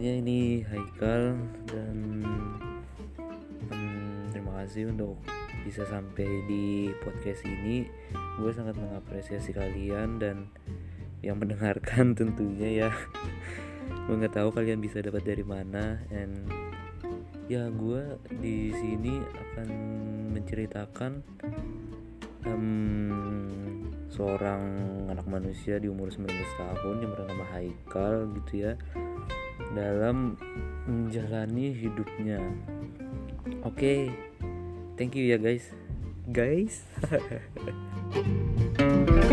Pokoknya ini Haikal dan terima kasih untuk bisa sampai di podcast ini. Gue sangat mengapresiasi kalian dan yang mendengarkan tentunya ya. Gue nggak tahu kalian bisa dapat dari mana, and ya gue di sini akan menceritakan seorang anak manusia di umur 19 tahun yang bernama Haikal gitu ya, dalam menjalani hidupnya. Oke, thank you ya guys.